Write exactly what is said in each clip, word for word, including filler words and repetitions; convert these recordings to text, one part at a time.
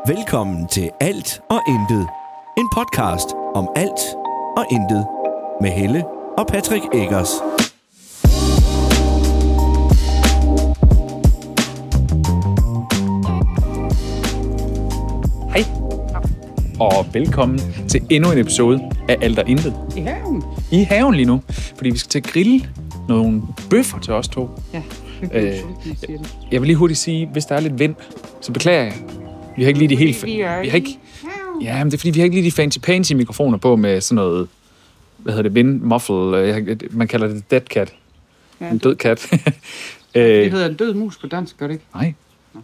Velkommen til Alt og Intet. En podcast om alt og intet. Med Helle og Patrick Eggers. Hej, og velkommen til endnu en episode af Alt og Intet. I haven? I haven lige nu, fordi vi skal til at grille nogle bøffer til os to. Ja, det øh, er sulten, siger det. Jeg vil lige hurtigt sige, hvis der er lidt vind, så beklager jeg. Vi har ikke lige de helt... Vi er vi har ikke, ja, men det er fordi, vi har ikke lige de fancy-pansy mikrofoner på med sådan noget... Hvad hedder det? Windmuffle. Man kalder det dead cat. Ja, en død kat. det hedder en død mus på dansk, gør det ikke? Nej.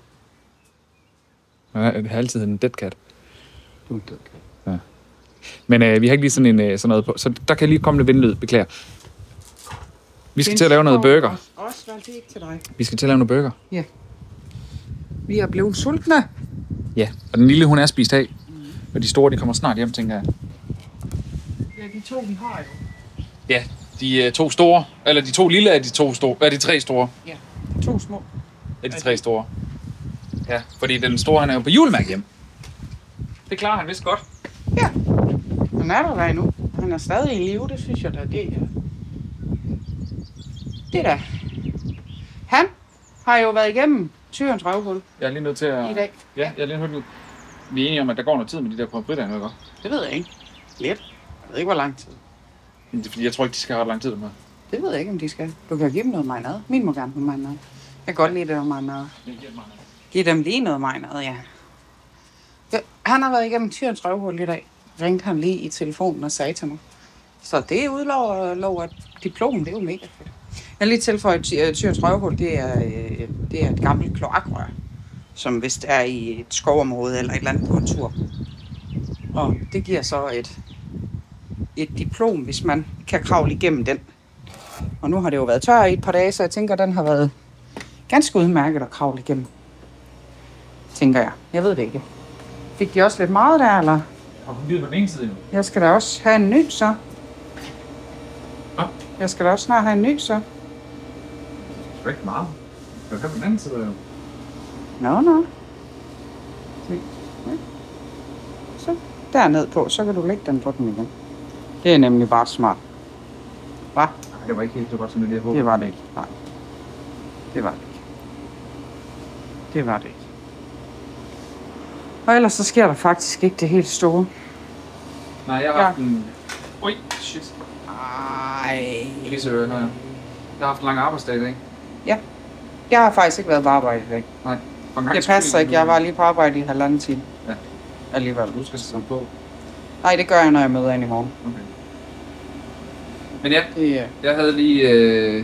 Det har altid en dead cat. Du er en død kat. Ja. Men øh, vi har ikke lige sådan, en, øh, sådan noget på, så der kan lige komme lidt vindlyd, beklager. Vi skal til at lave noget burger. Også valgt det ikke til dig. Vi skal til at lave noget burger. Ja. Vi er blevet sultne. Ja, og den lille, hun er spist af. Og de store, de kommer snart hjem, tænker jeg. Ja, de to, vi har jo. Ja, de øh, to store, eller de to lille er de to store, er de tre store. Ja, to små. Er de tre store. Ja, fordi den store, han er jo på julemærke hjem. Det klarer han vist godt. Ja, han er der der endnu. Han er stadig i live, det synes jeg da, det er... Det der. Han har jo været igennem Tyrens røvhul Jeg er lige nødt til at... i dag. Ja, jeg er lige nødt. Vi er enige om, at der går noget tid med de der pomfritter, ikke? Det ved jeg ikke. Lidt. Jeg ved ikke, hvor lang tid. Det er fordi, jeg tror ikke, de skal have ret lang tid med. Det ved jeg ikke, om de skal. Du kan give dem noget marinade. Min må gerne have marinade. Jeg kan godt lide det der marinade. Giv dem lige noget marinade, ja. ja. Han har været igennem Tyrens røvhul i dag. Ringte han lige i telefonen og sagde til mig. Så det udlover lov et diplom, det er jo mega fedt. Jeg har lige tilføjet, at Tyrens røvhul, det er, det er et gammelt kloakrør, som vist er i et skovområde eller et eller andet på en tur. Og det giver så et, et diplom, hvis man kan kravle igennem den. Og nu har det jo været tør i et par dage, så jeg tænker, at den har været ganske udmærket at kravle igennem. Tænker jeg. Jeg ved det ikke. Fik de også lidt meget der, eller? Har hun givet på den ene side nu? Jeg skal da også have en ny, så. Hvad? Jeg skal da også snart have en ny, så. Det er ikke meget. Jeg kan have på den anden side, jo. Nå, nå. Se. Ja. Så derned på, så kan du lægge den på den igen. Det er nemlig bare smart. Hva? Nej, det var ikke helt så godt, som det lige håbede. Det var det ikke. Nej. Det var det ikke. Det var det ikke. Og ellers så sker der faktisk ikke det helt store. Nej, jeg har haft en... Ui, shit. Ej. Pisseøre, når jeg... Jeg har haft en lang arbejdsdag i dag. Ja. Jeg har faktisk ikke været på arbejde i dag. Nej. Det passer ikke. Jeg var lige på arbejde i en halvanden time. Ja. Alligevel. Du skal stå på. Nej, det gør jeg, når jeg møder ind i morgen. Okay. Men ja, Det, jeg havde lige... Øh...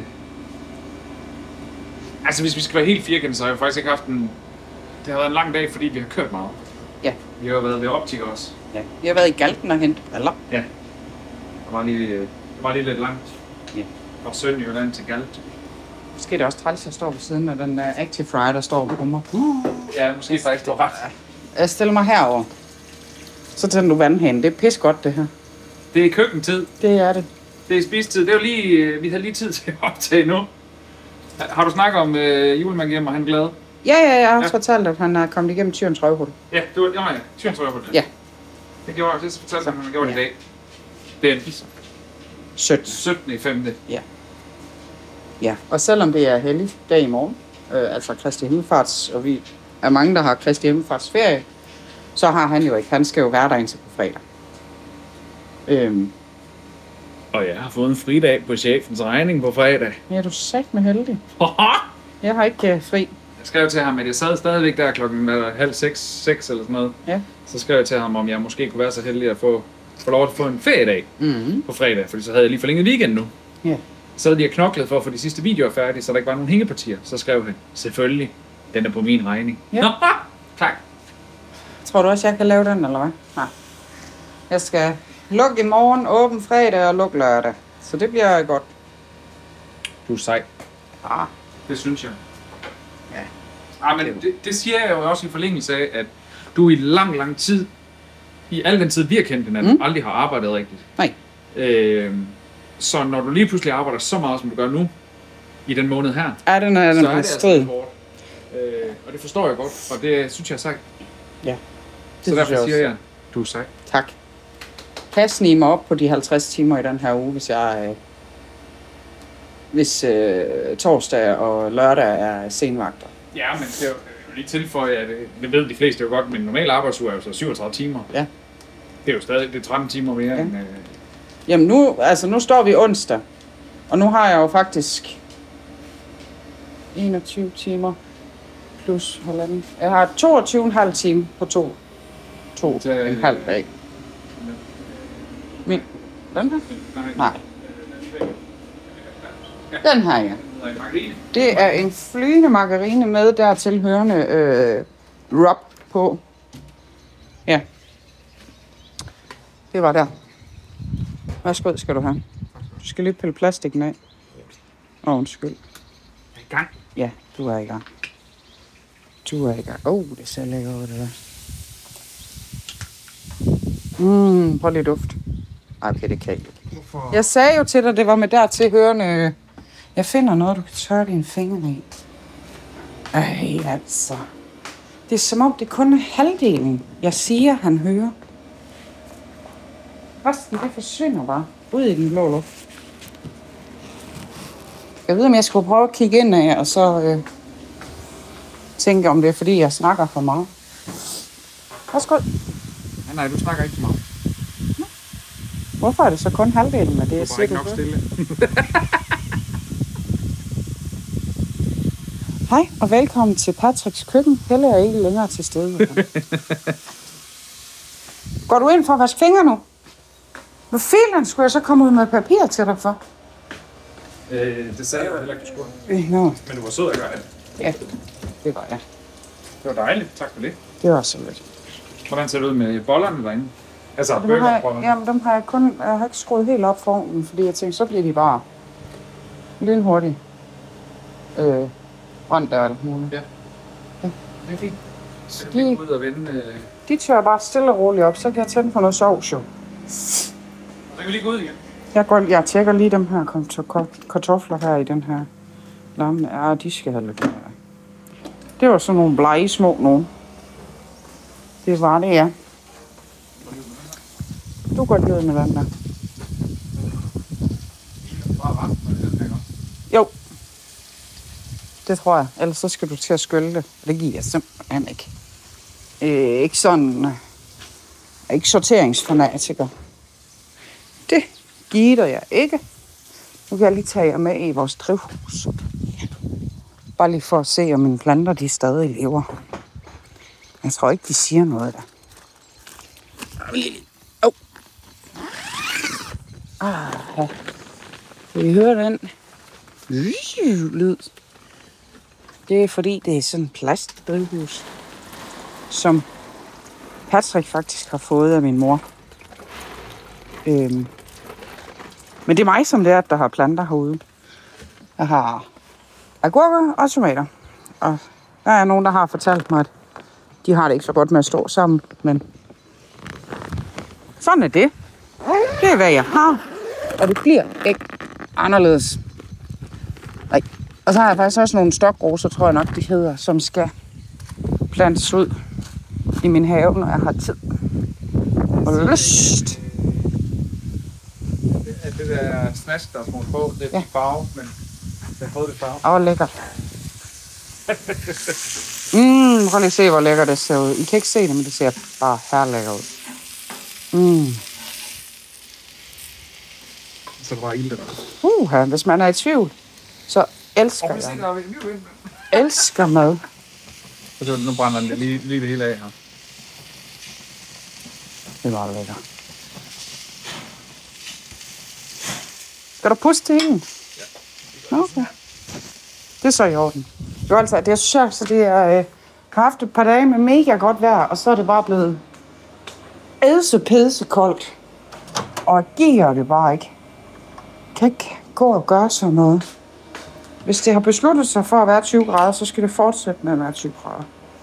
Altså, hvis vi skal være helt firkantet, så har jeg faktisk ikke haft en... Det har været en lang dag, fordi vi har kørt meget. Ja. Vi har været ved optik også. ja. Jeg har været i Galten og hentet briller. Ja. Det var lige, det var lige lidt langt. Ja. Fra Sønderjylland til Galt. Måske er det også træls, at jeg står ved siden af den der Active Fry, der står på mig. Ja, måske faktisk, du har ret. Jeg stiller mig herover. Så tænder du vandhanen. Det er pis godt, det her. Det er køkkentid. Det er det. Det er spistid. Det er jo lige... Vi havde lige tid til at optage nu. Har du snakket om øh, julemanden hjem, og han er glad? Ja, ja, jeg har også Ja. fortalt, at han er kommet igennem Tyrens røvhul. Ja, det var... Nej, Tyrens røvhul. Ja. Det gjorde jeg. Det fortalte han, han gjorde det Ja. i dag. Den Sødt. syttende femte Ja, og selvom det er hellig dag i morgen, øh, altså Kristi Himmelfarts, og vi er mange, der har Kristi Himmelfarts ferie, så har han jo ikke. Han skal jo være der indtil på fredag. Øhm, Og jeg har fået en fridag på chefens regning på fredag. ja, du er sagt med heldig. Jeg har ikke uh, fri. Jeg skrev til ham, at jeg sad stadigvæk der klokken hvad der, halv seks, seks eller sådan noget. Ja. Så skrev jeg til ham, om jeg måske kunne være så heldig at få, få lov at få en feriedag Mm-hmm. på fredag, fordi så havde jeg lige forlænget weekend nu. Ja. Så havde de knoklet for at få de sidste videoer færdige, så der ikke var nogen hængepartier. Så skrev han, selvfølgelig, den er på min regning. Ja. Nå, tak. Tror du også, jeg kan lave den, eller hvad? Nej. Jeg skal lukke i morgen, åben fredag og lukke lørdag. Så det bliver godt. Du er sej. Ah, Det synes jeg. ja. Ah, men det, det siger jeg jo også i forlængelse af, at du i lang, lang tid, i al den tid vi har kendt hinanden, mm. aldrig har arbejdet rigtigt. Nej. Øh, så når du lige pludselig arbejder så meget, som du gør nu, i den måned her, Er den, er den så er på det altså strid? lidt hårdt. Øh, og det forstår jeg godt, og det synes jeg er sagt. Ja. Så derfor siger jeg, du er sej. Tak. Kan snige mig op på de halvtreds timer i den her uge, hvis jeg... Øh, hvis øh, torsdag og lørdag er senvagter. Ja, men det er jo lige tilføje, at det, det ved de fleste jo godt, men normal arbejdsuge er jo så syvogtredive timer. Ja. Det er jo stadig det er tretten timer mere ja. end... Øh... Jamen nu, altså nu står vi onsdag, og nu har jeg jo faktisk enogtyve timer plus halvanden. Jeg har toogtyve komma fem time på to, to og en halv dag. Min, den her? Nej. Den her, ja. Det er en flydende margarine med dertil hørende øh, rub på. Ja. Det var der. Værsgo, skal du have. Du skal lige pille plastikken af. Åh, oh, undskyld. Er i gang? Ja, du er i gang. Du er i gang. Åh, oh, det ser lækker ud, det der. Mmm, prøv lige duft. Ej, okay, det kan jeg ikke. Hvorfor? Jeg sagde jo til dig, det var med dertil hørende... Jeg finder noget, du kan tørre dine fingre i. Ej, altså. Det er som om, det kun er halvdelen, jeg siger, han hører. Resten, det forsvinder bare ud i den blå luft. Jeg ved, om jeg skulle prøve at kigge ind af, og så øh, tænke, om det er, fordi jeg snakker for meget. Værsgo. Nej, nej, du snakker ikke så meget. Hvorfor er det så kun halvdelen af det, jeg siger, du du ikke nok stille. Hej, og velkommen til Patricks køkken. Helle er ikke længere til stede. Går du ind for at vaske fingre nu? Hvad filen skulle jeg så komme ud med papir til dig for? Øh, det sagde jeg heller ikke, du skulle. Øh, no. Men du var sød at gøre det. Ja, det var jeg. Det var dejligt. Tak for det. Det var så lidt. Hvordan ser det ud med bollerne derinde? Altså, Dem har, jeg, burgerbollerne. jamen, dem har jeg kun... Jeg har ikke skruet helt op for ovnen, fordi jeg tænkte, så bliver de bare lidt hurtigt. Øh, brændt og alt muligt. Ja. Ja. Det er fint. Så De- vi ud og vende. Øh... De tør bare stille og roligt op, så kan jeg tænde for noget sovs jo. Så kan vi lige gå ud igen. Jeg, går, jeg tjekker lige dem her kont- kartofler her i den her lamme. Ja, de skal have lidt. Det var sådan nogle blege små nogen. Det var det, ja. Du går lige ud med den der. Jo. Det tror jeg. Ellers så skal du til at skylde det. Det giver jeg simpelthen ikke. Øh, ikke sådan... Øh, ikke sorteringsfanatiker. Det giver jeg ikke. Nu kan jeg lige tage jer med i vores drivhus. Bare lige for at se, om mine planter de stadig lever. Jeg tror ikke, de siger noget der. Oh. Ah, kan I høre den lyd? Det er fordi, det er sådan en plastdrivhus, som Patrick faktisk har fået af min mor. Øhm. Men det er mig, som det er, der har planter herude. Jeg har agurker og tomater. Og der er nogen, der har fortalt mig, at de har det ikke så godt med at stå sammen. Men sådan er det. Det er, hvad jeg har. Og det bliver ikke anderledes. Nej. Og så har jeg faktisk også nogle stokroser, tror jeg nok, det hedder, som skal plantes ud i min have, når jeg har tid og lyst. Det der snask, der er smurt på, det er Ja. farve, men det har fået det farve. Åh, oh, lækkert. Mm, prøv lige at se, hvor lækkert det ser ud. I kan ikke se det, men det ser bare herlækker ud. Mm. Så det var ilde der. Uha, hvis man er i tvivl, så elsker Og vi jeg. ser, der er vi nu ind. Elsker mad. Og så nu brænder den lige, lige det hele af her. Det var lækkert. Skal du puste til hende? Ja. Okay. Det er så i orden. Jo, altså, det er så sjovt, så det er... Øh, jeg har haft et par dage med mega godt vejr, og så er det bare blevet ædse pisse koldt. Og jeg giver det bare ikke. Jeg kan ikke gå og gøre sådan noget. Hvis det har besluttet sig for at være tyve grader, så skal det fortsætte med at være tyve grader.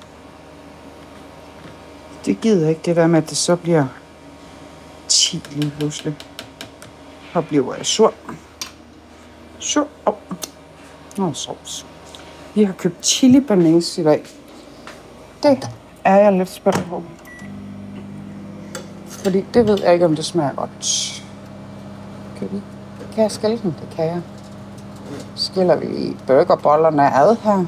Det gider ikke, det der med, at det så bliver ti lige pludselig. Så bliver jeg sur. Sur. Åh, oh. oh, sovs. Vi har købt chili banæs i dag. Det er jeg lidt spændt på. Fordi det ved jeg ikke, om det smager godt. Kan, vi? kan jeg skille dem? Det kan jeg. Skiller vi burgerbollerne ad her.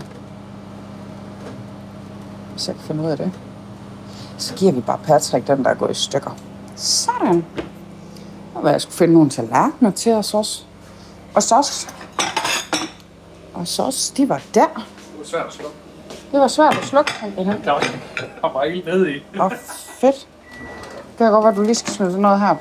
Hvis jeg kan finde ud af det. Så giver vi bare Patrick den, der er gået i stykker. Sådan. Og hvad jeg skulle finde nogle tallerkener til os også. Og så Og så de var der. Det var svært at slukke. Det var svært at slukke. Der var bare ikke ned i. Åh, fedt. Det kan godt være, at du lige skal smide sådan noget her.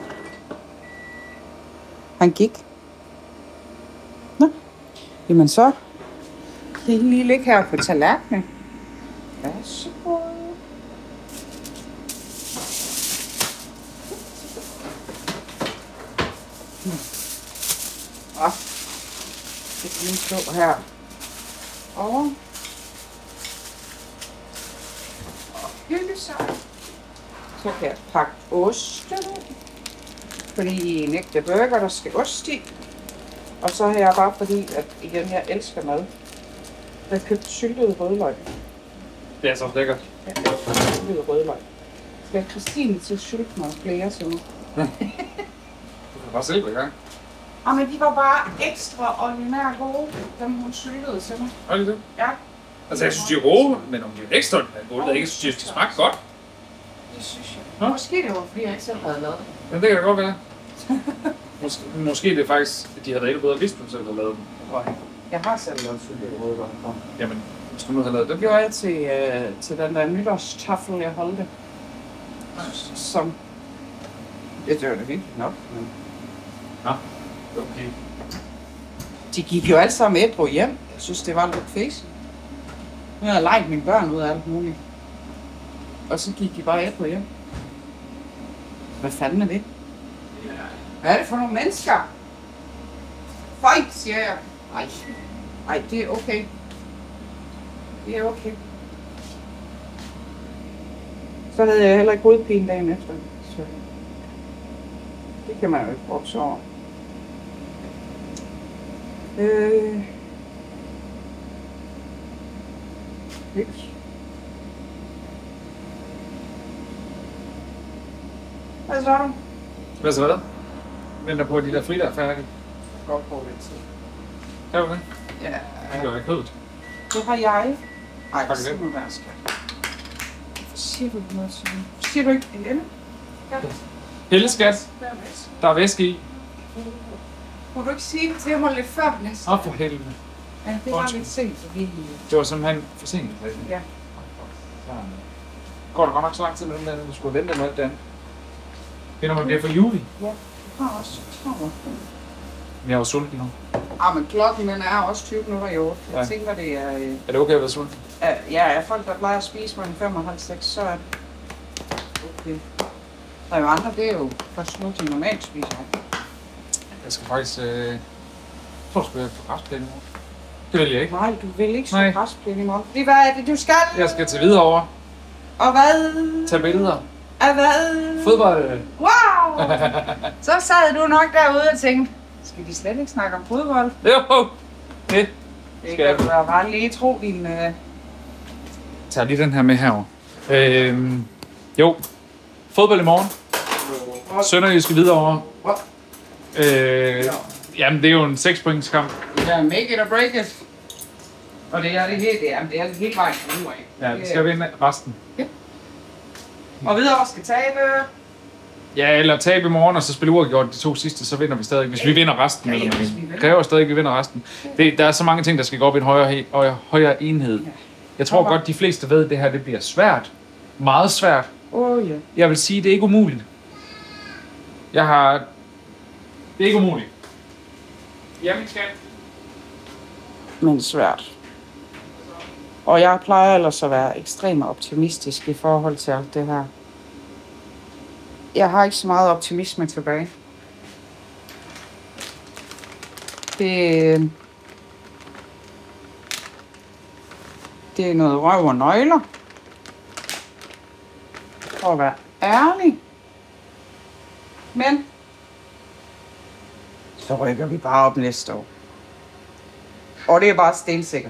Han gik. Nå. Jamen så kan I lige ligge her på tallerkenen. Værsgo. Åh. Det kan lige stå her. Og hyldesej. Så kan jeg pakke osten. Fordi i en ægte burger, der skal ost i. Og så har jeg bare fordi, at igen, jeg elsker mad. Jeg har købt syltet rødløg. Det er så lækkert. Ja, syltet rødløg. Skal Christine til sylte mig flere til mig? Du kan bare selv i gang. Ah, men de var bare ekstraordinært gode, dem hun syltede til mig. Er det det? Ja. Altså, jeg synes, de er gode, men om de er ekstraordinært gode, jeg ikke synes, de smagte godt. Det synes jeg. Nå? Måske det var, fordi jeg ikke selv havde lavet det. Men det kan da godt være. Måske, måske det er faktisk, at de havde ikke bedre vidst, at du selv havde lavet dem. Jeg har selv lavet syltet rødløg. Jamen, hvis du nu havde lavet Det dem. gjorde jeg til, øh, til den der nytårstaffel, jeg holdte. Som... Jeg det var det vildt nok, men... Nå, okay. De gik jo alle sammen ædru hjem. Jeg synes, det var lidt fæsigt. Nu havde jeg leget mine børn ud af alt muligt. Og så gik de bare ædru hjem. Hvad fanden er det? Hvad er det for nogle mennesker? Føj, siger jeg. Ej, ej, det er okay. Det er okay. Så havde jeg heller ikke hovedpine dagen efter. Så det kan man jo ikke brokse over. Øh... Yes. Hvad så du? Hvad så hvad? Venter på, at de der fritter er færdige. Godt på lidt tid. Kan du det? Ja, Det gør jeg kødet. det har jeg. Ej, Tak det for det. må være skat. Hvorfor siger du ikke noget til mig? Siger du ikke Helle? Ja. Helle, skat. Der er væske. Der er væske i. Må du ikke sige det til mig lidt før næste? Åh, for helvede. Ja, det var Undskyld. lidt sent, så vi... Det var simpelthen for sent. Ja. Går der godt nok så lang tid med den der, du skulle vente med alt det andet? Det er, når man bliver for juli. Ja, jeg har også travlt. Jeg er jo sulten nu. Ah, men klokken den er også tyve minutter i otte. Jeg Ja. tænker, det er... Øh, Er det okay at være sulten? øh, ja, er folk, der plejer at spise mellem fem og halv seks, så er det okay. Der er jo andre, det er jo først nu, de normalt spiser. Jeg skal faktisk... Øh... Jeg tror, jeg skal være på græsplæne i morgen. Det vil jeg ikke. Nej, du vil ikke Nej. stå græsplæne i morgen. Fordi hvad er det, du skal? Jeg skal til Hvidovre. Og hvad? Tage billeder. Og hvad? Fodbold. Wow! Så sad du nok derude og tænkte, skal de slet ikke snakke om fodbold? Jo, det Det skal jeg. kan du da bare lige tro, din... Øh... Jeg tager lige den her med herover. Øhm, jo, fodbold i morgen. Sønderjyske Hvidovre. Øh, jamen, det er jo en seks points kamp. Ja, make it or break it. Og det er det hele, det er, det er det hele vejen nu af. Ja, vi skal vinde resten. Og videre skal tabe. Ja, eller tabe i morgen, og så spille uafgjort de to sidste, så vinder vi stadig. Hvis vi vinder resten, Ja, ja, eller hvis vi vi vinder. kræver stadig, at vi vinder resten. Det, der er så mange ting, der skal gå op i en højere, he- højere, højere enhed. Jeg tror godt, de fleste ved, at det her det bliver svært. Meget svært. Åh oh, ja. Jeg vil sige, det er ikke umuligt. Jeg har... Det er ikke umuligt. Ja, min skat. Men svært. Og jeg plejer ellers at være ekstremt optimistisk i forhold til alt det her. Jeg har ikke så meget optimisme tilbage. Det, det er noget røv og nøgler. For at være ærlig. Men så rykker vi bare op næste år. Og det er bare stensikkert.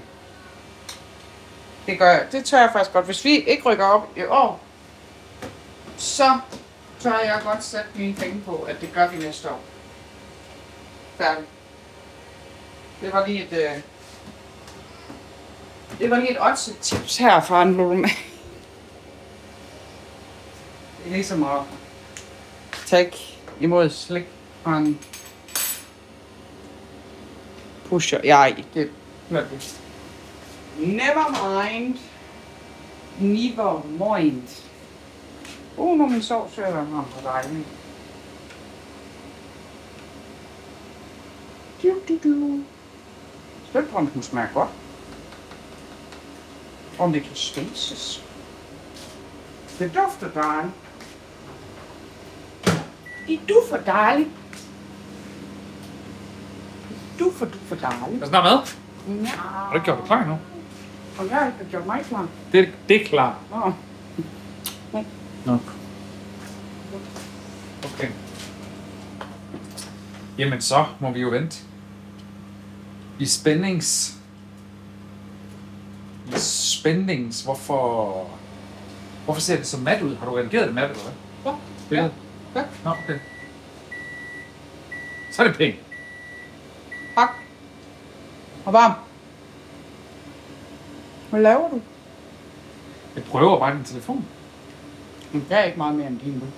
Det gør jeg. Det tør jeg faktisk godt. Hvis vi ikke rykker op i år, så Så har jeg godt sat mine penge på, at det gør vi næste år. Færdig. Det var lige et... Øh... Det var lige et odds tips her fra en ludomani. Det er ligesom at tage imod slik fra en pusher. Ja, det er det. Never mind. Never mind. Uh, nu min sovs er der på dejligt. Du, du, du. Støt på, om den smager godt. Om det kan spises. Det dufter dejligt. Det dufter dejligt. Det dufter, dufter dejligt. Er snart mad? Ja. Har du ikke gjort det klar nu? Og jeg har ikke gjort mig klar. Det, det er klart. Nå. Nå. Okay. Jamen så må vi jo vente. I spændings... I spændings... Hvorfor... Hvorfor ser det så mat ud? Har du reageret det mat, eller hvad? Ja. Ja. Ja. Nå, okay. Så er det penge. Tak. Og varm. Hvad laver du? Jeg prøver bare din telefon. Jeg er ikke meget mere end din, du.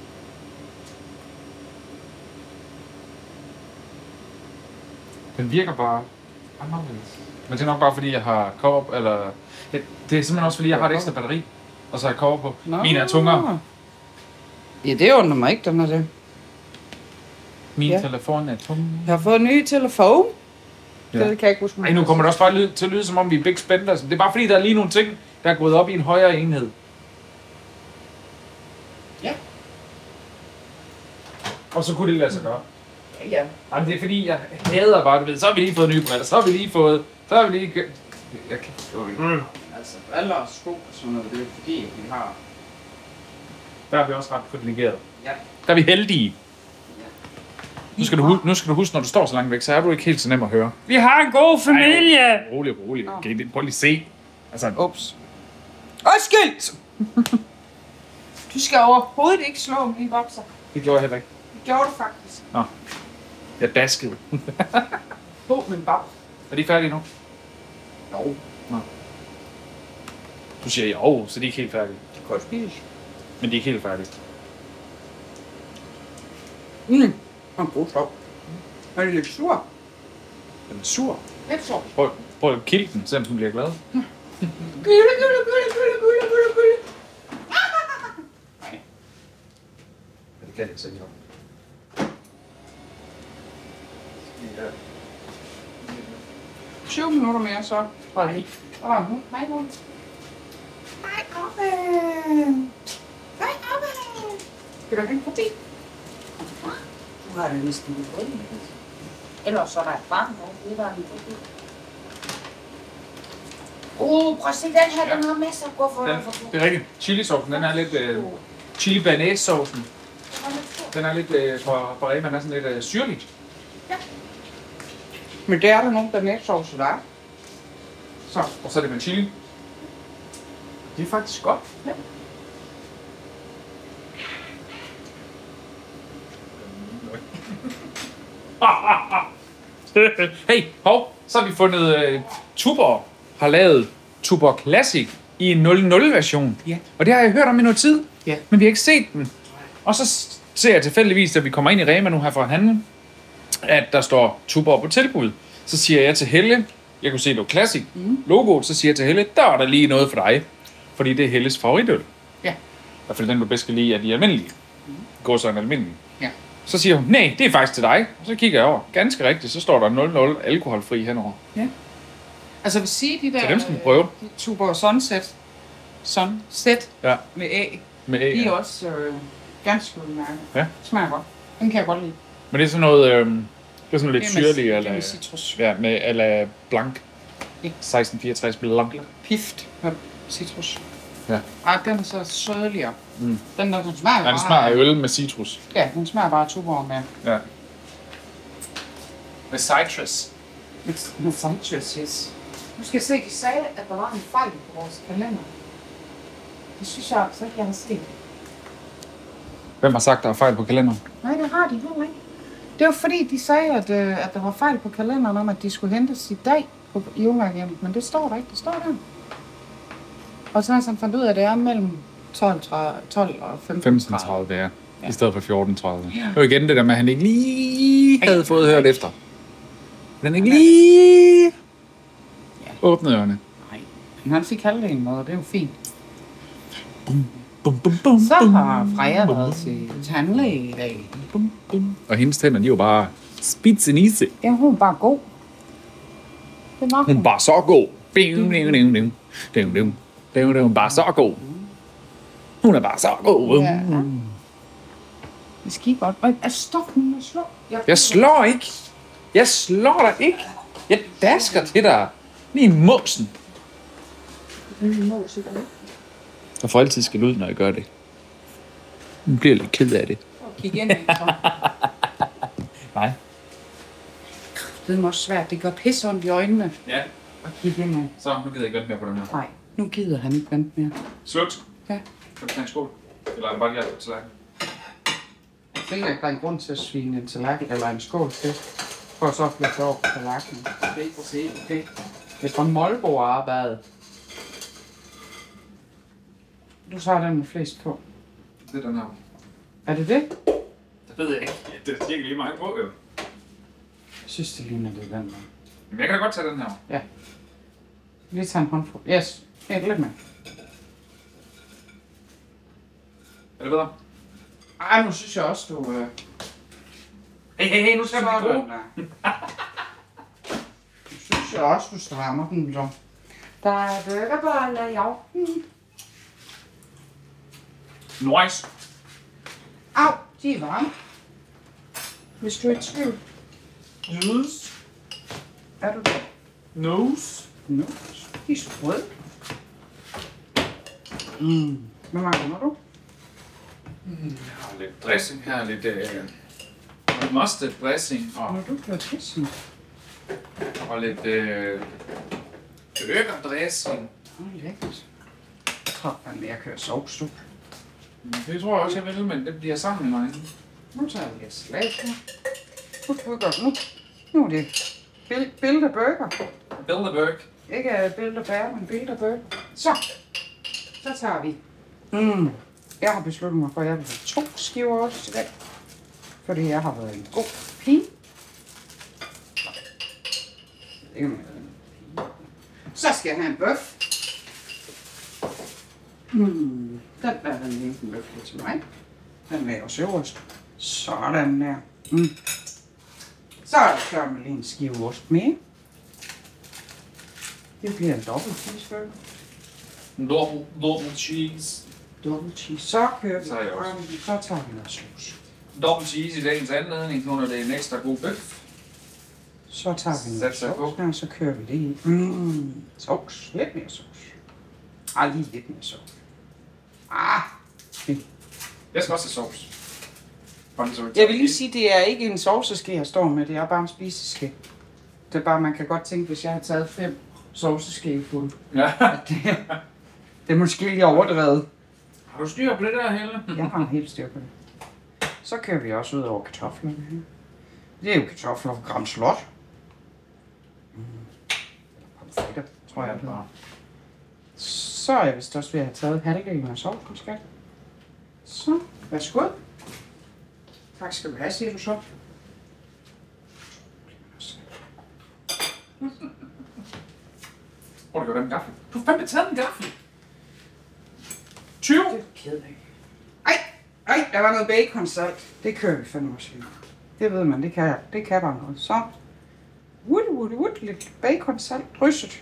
Den virker bare anderledes. Men det er nok bare fordi, jeg har cover eller... Det, det er simpelthen også fordi, jeg har et ekstra batteri. Og så har jeg cover på. Nå. Min er tungere. Ja, det undrer mig ikke, den er det. Min Ja. telefon er tung. Jeg har fået en ny telefon. Ja. Det kan jeg ikke huske. Ej, nu kommer det også bare lyd, til at lyde, som om vi er big spenders. Det er bare fordi, der er lige nogle ting, der er gået op i en højere enhed. Ja. Og så kunne det lade sig gøre. Ja. Jamen, det er fordi, jeg hader bare, du ved, så har vi lige fået nye briller, så har vi lige fået, så har vi lige... kø- Jeg kan mm. Altså, briller og sko og sådan noget, det er fordi, vi har... Der er vi også ret privilegeret. Ja. Der er vi heldige. Ja. Nu skal, du, hu- nu skal du huske, når du står så langt væk, så er du ikke helt så nem at høre. Vi har en god familie! Ej, rolig, rolig. Nå. Kan I lige- prøv lige at se. Altså, Ups. Undskyld! Du skal overhovedet ikke slå mine bokser. det gjorde jeg heller ikke. Det gjorde du faktisk. Nå. Jeg daskede. På min bag. Er de færdige nu? Jo. Du siger jo, så de er ikke helt færdige. Det kan godt spise. Men de er ikke helt færdige. Mm. Og god sov. Er det lidt sur? Den er sur. Lidt sur. Prøv, prøv at kilde den, selvom den bliver glad. Gylde, gylde, gylde, gylde, gylde, gylde, gylde. Nej. Det kan jeg ikke syv minutter mere, så tror jeg ikke. Og nu, hej nu. Hej, Oppe. Hej, Oppe. Skal du hænge forbi? Du har det næsten lidt rød. Ellers så er der et barn, der det var en forbi. Uh, prøv at se den her, den har masser af gå for Den, det er rigtigt. Chilisaucen, den er lidt... Øh, chili banæs saucen. Den er lidt øh, fra, fra Rema, den er sådan lidt øh, syrlig. Men det er der nogen, der nætsovse, der er. Så, og så er det med chili. Det er faktisk godt. Ja. Hey, hov, så har vi fundet øh, Tuborg har lavet Tuborg Classic i en nul nul version. Ja. Og det har jeg hørt om i noget tid, Ja. men vi har ikke set den. Og så s- ser jeg tilfældigvis, at vi kommer ind i Rema nu her for at handle, at der står Tuborg på tilbud. Så siger jeg til Helle, jeg kunne se det var Classic Mm. logoet, så siger jeg til Helle, der er der lige noget for dig. Fordi det er Helles favoritøl. Ja. I hvert fald den, du bedst kan lide af de almindelige. Mm. Går så en almindelig. Ja. Så siger hun, nej, det er faktisk til dig. Og så kigger jeg over. Ganske rigtigt, så står der nul nul alkoholfri henover. Altså, jeg vil sige, de der... Så dem skal vi prøve. øh, De Tuborg Sunset. Sunset Ja. med A. Med, De er ja. også øh, ganske udmærket. Ja. Smager godt. Den kan jeg godt lide. Men det er sådan noget, øh, det er sådan lidt Det er med- syrlig, det er eller, med citrus. ja, med eller blank. Ja. seksten fireogtres blank. Pift med citrus. Ja. Ej, den er så sødligere. Mm. Den der, den smager Ja, den bare... smager af øl med citrus. Ja, den smager bare Tuborg med. Ja. Med citrus. Med, med citrus, yes. Nu skal jeg se, de sagde, at der var en fejl på vores kalender. Det synes jeg altså ikke, jeg har set. Hvem har sagt, der er fejl på kalenderen? Nej, det har de heller ikke. Det var fordi, de sagde, at, øh, at der var fejl på kalenderen om, at de skulle hentes i dag på Jungahjem. Men det står der ikke. Det står der. Og så har han fandt ud af, at det er mellem tolv, tolv og femten femten tredive, ja. I stedet for fjorten tredive. Ja. Det var igen det der med, at han ikke lige havde fået hørt efter. Den ikke lige ja. åbnede ørerne. Nej, men han fik halvdelen med, og det er jo fint. Bum, bum, bum, bum, så har Freja været til tandlæge i dag. Bum, bum. Og hendes tænder, de er jo bare spidsenise. Ja, hun er bare god. Det var hun. Hun er bare så god. Bing, bing, bing, bing. Bing, bing. Hun er bare så god. Hun er bare så god. Ja. Det skal godt. Og stop nu med at slå. Jeg, jeg slår ikke. Jeg slår dig ikke. Jeg dasker til dig. Lige i måsen. Jeg får altid skæld ud, når jeg gør det. Jeg bliver lidt ked af det. Kig ind. Nej. Det er også svært. Det gør pisse ondt i øjnene. Ja. Og kig ind. Så, nu gider jeg ikke vente mere på den her. Nej, nu gider han ikke vente mere. Slut. Ja. Kan du tage en skål? Eller er det bare lige på tallerken? Jeg tænker ikke, der er en grund til at svine en tallerken eller en skål til. For så at flytte over på tallerkenen. Det er ikke for sent, okay? Det er fra Målborg-arbejde. Du så den med flest på. Det er den her. Er det det? Det ved jeg ikke. Ja, det er ikke lige meget på, jo. Jeg synes, det ligner det den der. Men jeg kan da godt tage den her. Ja. Lige tage en håndfuld. Yes. Ja, lidt med. Er det bedre? Ej, nu synes jeg også, du... Øh... Hey, hey, hey, nu skal vi gå. Nu synes jeg også, du strammer den så. Der er burgerboller i aften. Nice. Au, de er varme. Hvis du er i tvivl. Nose. Er du der? Nose. Nose. De er sprøde. Mm. Hvad mangler du? Mm, jeg har lidt dressing her, lidt uh, mustard dressing og, Må du gøre dressing? og lidt uh, burger dressing. Åh, oh, lækkert. Jeg tror, at jeg kører sovs, du. Det tror jeg også, jeg vil, men det bliver sammen med mig. Nu tager vi et slag her. Nu bygger nu. Nu er det Bilder Burger. Bilderberg. Ikke Bilder Bær, men Bilder Burger. Så. Så tager vi. Mm. Jeg har besluttet mig for, at jeg vil have to skiver også i dag. Fordi jeg har været en god pige. Så skal jeg have en bøf. Mm. Den er den ene bøf til mig. Den laver også øverst. Sådan der. Mm. Så er der klar med lige en skive ost mere. Det bliver en dobbelt cheeseburger. Double, double cheese. Double cheese. Så kører vi. Så er jeg også. Så tager vi noget sauce. Double cheese i dagens anledning, nu når det er en ekstra god bøf. Så tager vi noget Sæt sig sauce, og så kører vi det i. Mm. Sauce. Lidt mere sauce. Ah, lige lidt mere sauce. Ah. Okay. Jeg skal også have sovs. Jeg vil lige sige, det er ikke en sovseske, jeg står med. Det er bare en spiseske. Det er bare, man kan godt tænke, hvis jeg har taget fem sovseske fuld. Ja. Det, det er måske lige overdrevet. Har du styr på det der, Helle? Jeg har helt styr på det. Så kører vi også ud over kartoflerne her. Det er jo kartofler fra Gram Slot. Mm. Pomfritter, tror jeg. Ja, så er jeg vist også ved at have taget halvdelen af sovsen, skat. Så, værsgo. Tak skal du have, siger du så. Hvor har du gjort den gaffel? Du har fandme taget en gaffel. tyve. Det er ked af. Ej, ej, der var noget baconsalt. Det kører vi fandme også lige. Det ved man, det kan, det kan bare noget. Så, wood, wood, wood, lidt baconsalt drysset.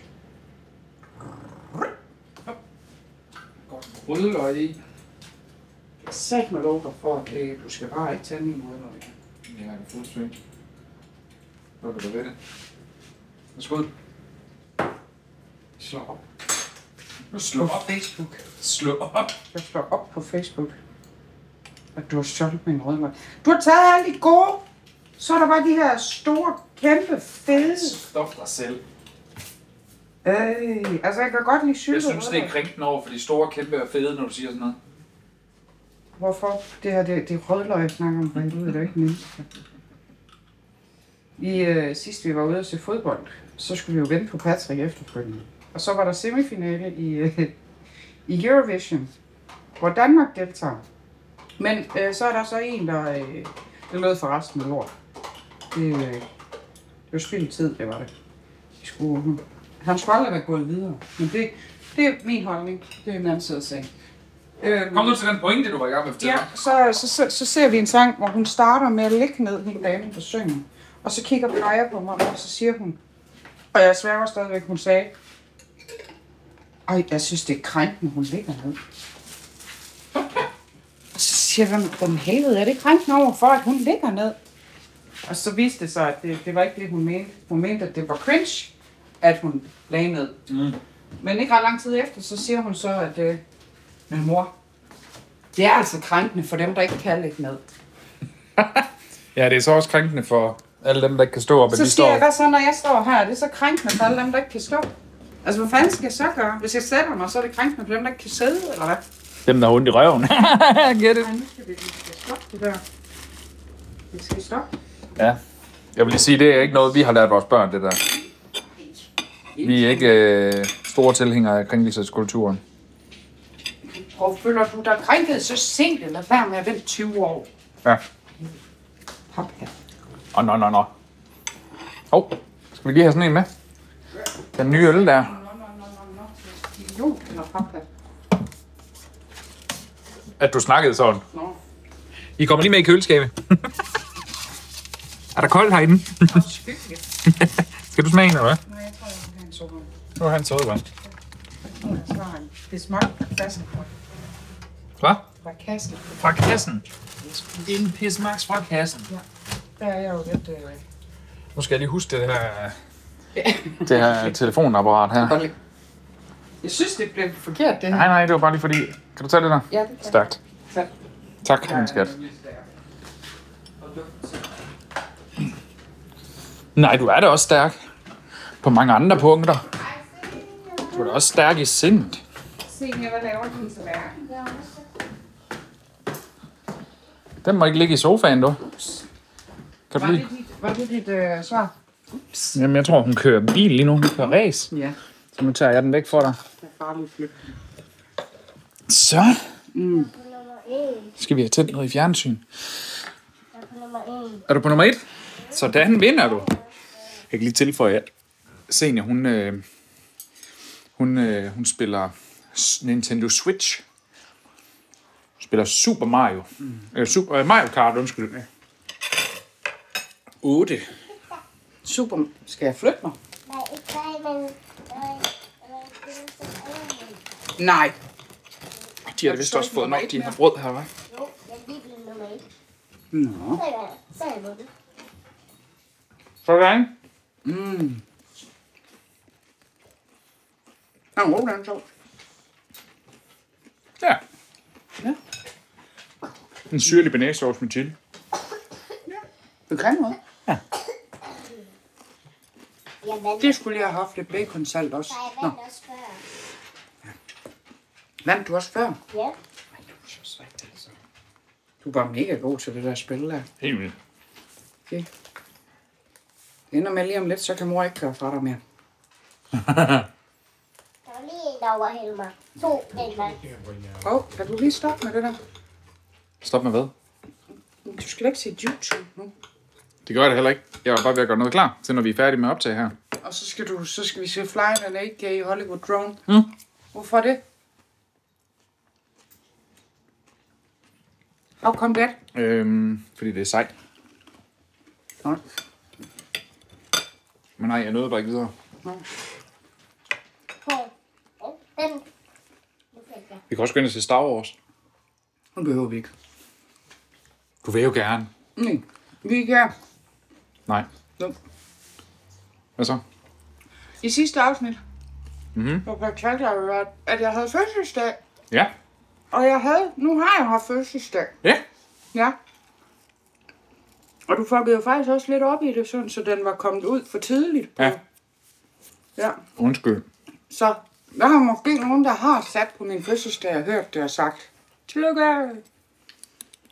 Rødløg i. Jeg sagde mig lov dig for, at det, du skal bare ikke tage den i rødløg. Ja, det er fuldstændig. Hvad vil du ved det? Værsgo. Slå op. Nu slå På op. Facebook. Slå op. Jeg slår op på Facebook, at du har stjålet med en rødløg. Du har taget alle de gode. Så er der bare de her store, kæmpe, fede. Stop dig selv. Øh, altså jeg kan godt lide syltet Jeg synes, det er rødløg. krænkende over for de store, kæmpe og fede, når du siger sådan noget. hvorfor det her, det, det er rødløg, jeg snakker om, for helvede, det er ikke mennesker. I øh, sidst vi var ude at se fodbold, så skulle vi jo vente på Patrick efterfølgende. Og så var der semifinale i, øh, i Eurovision, hvor Danmark deltager. Men øh, så er der så en, der... Øh, det lød for resten af lort. Det, øh, det var spild tid, det var det. De skulle, han skulle aldrig være gået videre. Men det, det er min holdning. Det er en anden side af sagen. Øh, Kom du til den pointe, du var i gang med at fortælle? Ja, så, så, så, så ser vi en sang, hvor hun starter med at ligge ned hele dagen på syngen. Og så kigger Freja på mig, og så siger hun, og jeg sværger stadigvæk, hun sagde, ej, jeg synes, det er krænkende, hun ligger ned. Og så siger jeg, hvordan helvede er det krænkende over for, at hun ligger ned? Og så viste det sig, at det, det var ikke det, hun mente. Hun mente, at det var cringe, at hun lagde ned. Mm. Men ikke ret lang tid efter, så siger hun så, at øh, men mor, det er altså krænkende for dem, der ikke kan ligge ned. Ja, det er så også krænkende for alle dem, der ikke kan stå op. Så de siger står... jeg, hvad så, når jeg står her? Det er så krænkende for alle dem, der ikke kan stå. Altså, hvad fanden skal jeg så gøre? Hvis jeg sætter mig, så er det krænkende for dem, der ikke kan sidde, eller hvad? Dem, der har ondt i røven. Get it. Nej, nu skal vi, vi skal stoppe det der. Vi skal stoppe. Ja. Jeg vil lige sige, det er ikke noget, vi har lært vores børn, det der. Vi er ikke øh, store tilhængere af krænkelseskulturen. Hvor føler du dig krænket så sent, eller vær med at vente tyve år? Ja. Hop her. Åh, oh, nå, nå, nå. Hov, skal vi lige have sådan en med? Den nye øl der. Nå, nå, nå, nå, nå. Jo, eller hop her. At du snakkede sådan. Nå. I kommer lige med i køleskabet. Er der koldt herinde? Skal du smage en, eller hvad? Nej, jeg tror, jeg vil have en sodavand. Nu har han sodavand. Så har han. Det smagte fra kassen. Hvad? Fra kassen. Fra kassen. En pismax fra kassen. Ja. Der er jeg jo lidt... Øh... Nu skal jeg lige huske det her, det her telefonapparat her. Jeg synes, det blev forkert, det her. Nej, nej, det var bare lige fordi... Kan du tage det der? Ja, det kan. Stærkt. Tak. Tak, min skat. Nej, du er da også stærk. På mange andre punkter. Du er da også stærk i sindet. Se, hvad laver din tallerken? Den må ikke ligge i sofaen, du. Kan du Var lige... det dit, var det dit øh, svar? Ups. Jamen, jeg tror, hun kører bil lige nu. Hun kører race. Ja. Så nu tager jeg den væk for dig. Det er farligt flygt. Så. Mm. Skal vi have tændt noget i fjernsyn? Jeg er på nummer et. Er du på nummer et? Sådan vinder du. Jeg kan lige tilføje, at Senior, hun, øh, hun, øh, hun spiller Nintendo Switch. Hun spiller Super Mario. Mm. Øh, Super, øh, Mario Kart, undskyld. otte. Super. Skal jeg flytte mig? Nej, ikke dig, men... Nej. De har da vist også fået nok, de har brød her, hva'? Jo, jeg er lige blevet nummer et. Nå. Så er jeg, så er jeg vundet. Sådan. Mm. Ja, oh, den er sjov. Ja. Ja. En syrlig banæssauce med chili. Det kan noget. Ja. Jeg vandt. Det skulle jeg have haft lidt baconsalt også. Nej, jeg Nå, vandt også før. vandt du også før? Ja. Ej, du er så svagt, altså. Du er bare mega god til det der spil der. Helt vildt. Okay. Det ender med lige om lidt, så kan mor ikke køre fra dig mere. Der var lige en, der overhældte mig. To den vej. Åh, oh, kan du lige stoppe med det der? Stop med hvad? Du skal da ikke se YouTube nu. Det gør jeg da heller ikke. Jeg var bare ved at gøre noget klar, til når vi er færdige med at optage her. Og så skal, du, så skal vi se Fly the Lake i Hollywood Drone. Mm. Hvorfor det? How come that? Øhm, fordi det er sejt. Nå. Men nej, jeg nåede bare ikke videre. Hov. Den. Den. Nu fik jeg. Vi kan også gå ind og se Star Wars. Nu behøver vi ikke. Du vil jo gerne. Nej, vi er ikke her. Nej. No. Hvad så? I sidste afsnit, Mhm. hvor fortalte jeg jo, at- at jeg havde fødselsdag. Ja. Og jeg havde, nu har jeg haft fødselsdag. Ja. Ja. Og du fuckede jo faktisk også lidt op i det, sådan, så den var kommet ud for tidligt. På. Ja. Ja. Undskyld. Så der har måske nogen, der har sat på min fødselsdag og hørt det og sagt, tillykke.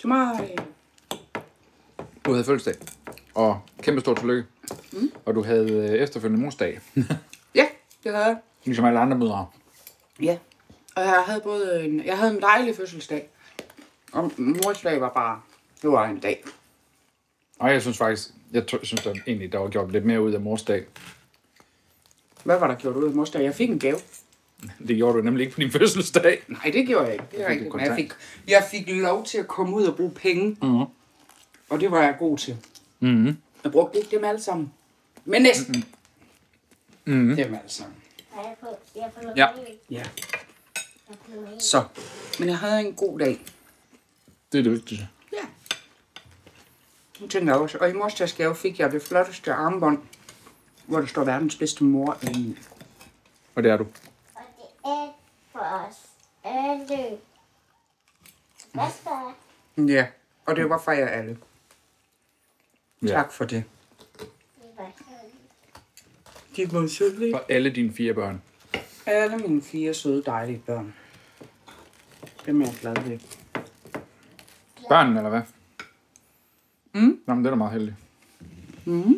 Til mig. Du havde fødselsdag. Og kæmpe stort tillykke. Mm. Og du havde øh, efterfølgende morsdag. Ja, det havde jeg. Ligesom alle andre mødre. Ja. Og jeg havde både en, jeg havde en dejlig fødselsdag. Og morsdag var bare, det var en dag. Og jeg synes faktisk, jeg t- synes der egentlig, der var gjort lidt mere ud af morsdag. Hvad var der gjort ud af morsdag? Jeg fik en gave. Det gjorde du nemlig ikke på din fødselsdag. Nej, det gjorde jeg ikke. Det er fik rigtigt. du Men jeg fik, jeg fik lov til at komme ud og bruge penge. Mm-hmm. Og det var jeg god til. Mm-hmm. Jeg brugte ikke dem alle sammen. Men næsten. Mm-hmm. Dem alle sammen. Har jeg fået, jeg har fået Ja. noget Ja. Jeg har fået noget Så. Men jeg havde en god dag. Det er det vigtigste. Ja. Nu tænker jeg også. Og i morsdagsgave fik jeg det flotteste armbånd, hvor der står verdens bedste mor i. Og det er du. Og det er for os alle. Hvad står der? Ja. Og det var for jer alle. Ja. Tak for det. Det var sådan. De var søde. For alle dine fire børn. Alle mine fire søde, dejlige børn. Dem er jeg glad ved. Børnene, eller hvad? Mm. Nå, men det er da meget heldigt. Mm.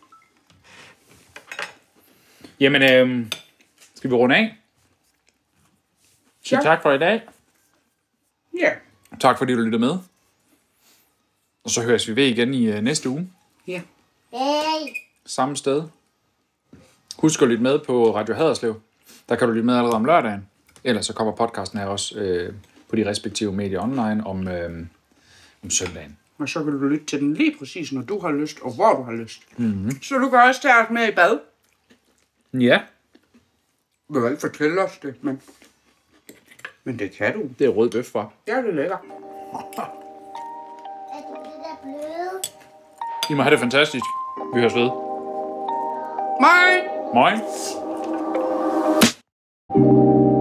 Jamen, øh, skal vi runde af? Sige Ja. tak for i dag. Ja. Tak fordi du lyttede med. Og så høres vi ved igen i øh, næste uge. Ja. Hey! Samme sted. Husk at lytte med på Radio Haderslev. Der kan du lytte med allerede om lørdagen. Ellers så kommer podcasten her også øh, på de respektive medier online om, øh, om søndagen. Og så kan du lytte til den lige præcis, når du har lyst, og hvor du har lyst. Mm-hmm. Så du kan også tage os med i bad. Ja, Du vil ikke fortælle os det, men... Men det kan du. det er rød bøf fra. Ja, det er lækker. Er du det der bløde? I må have det fantastisk. Vi høres ved. Mig! Moin.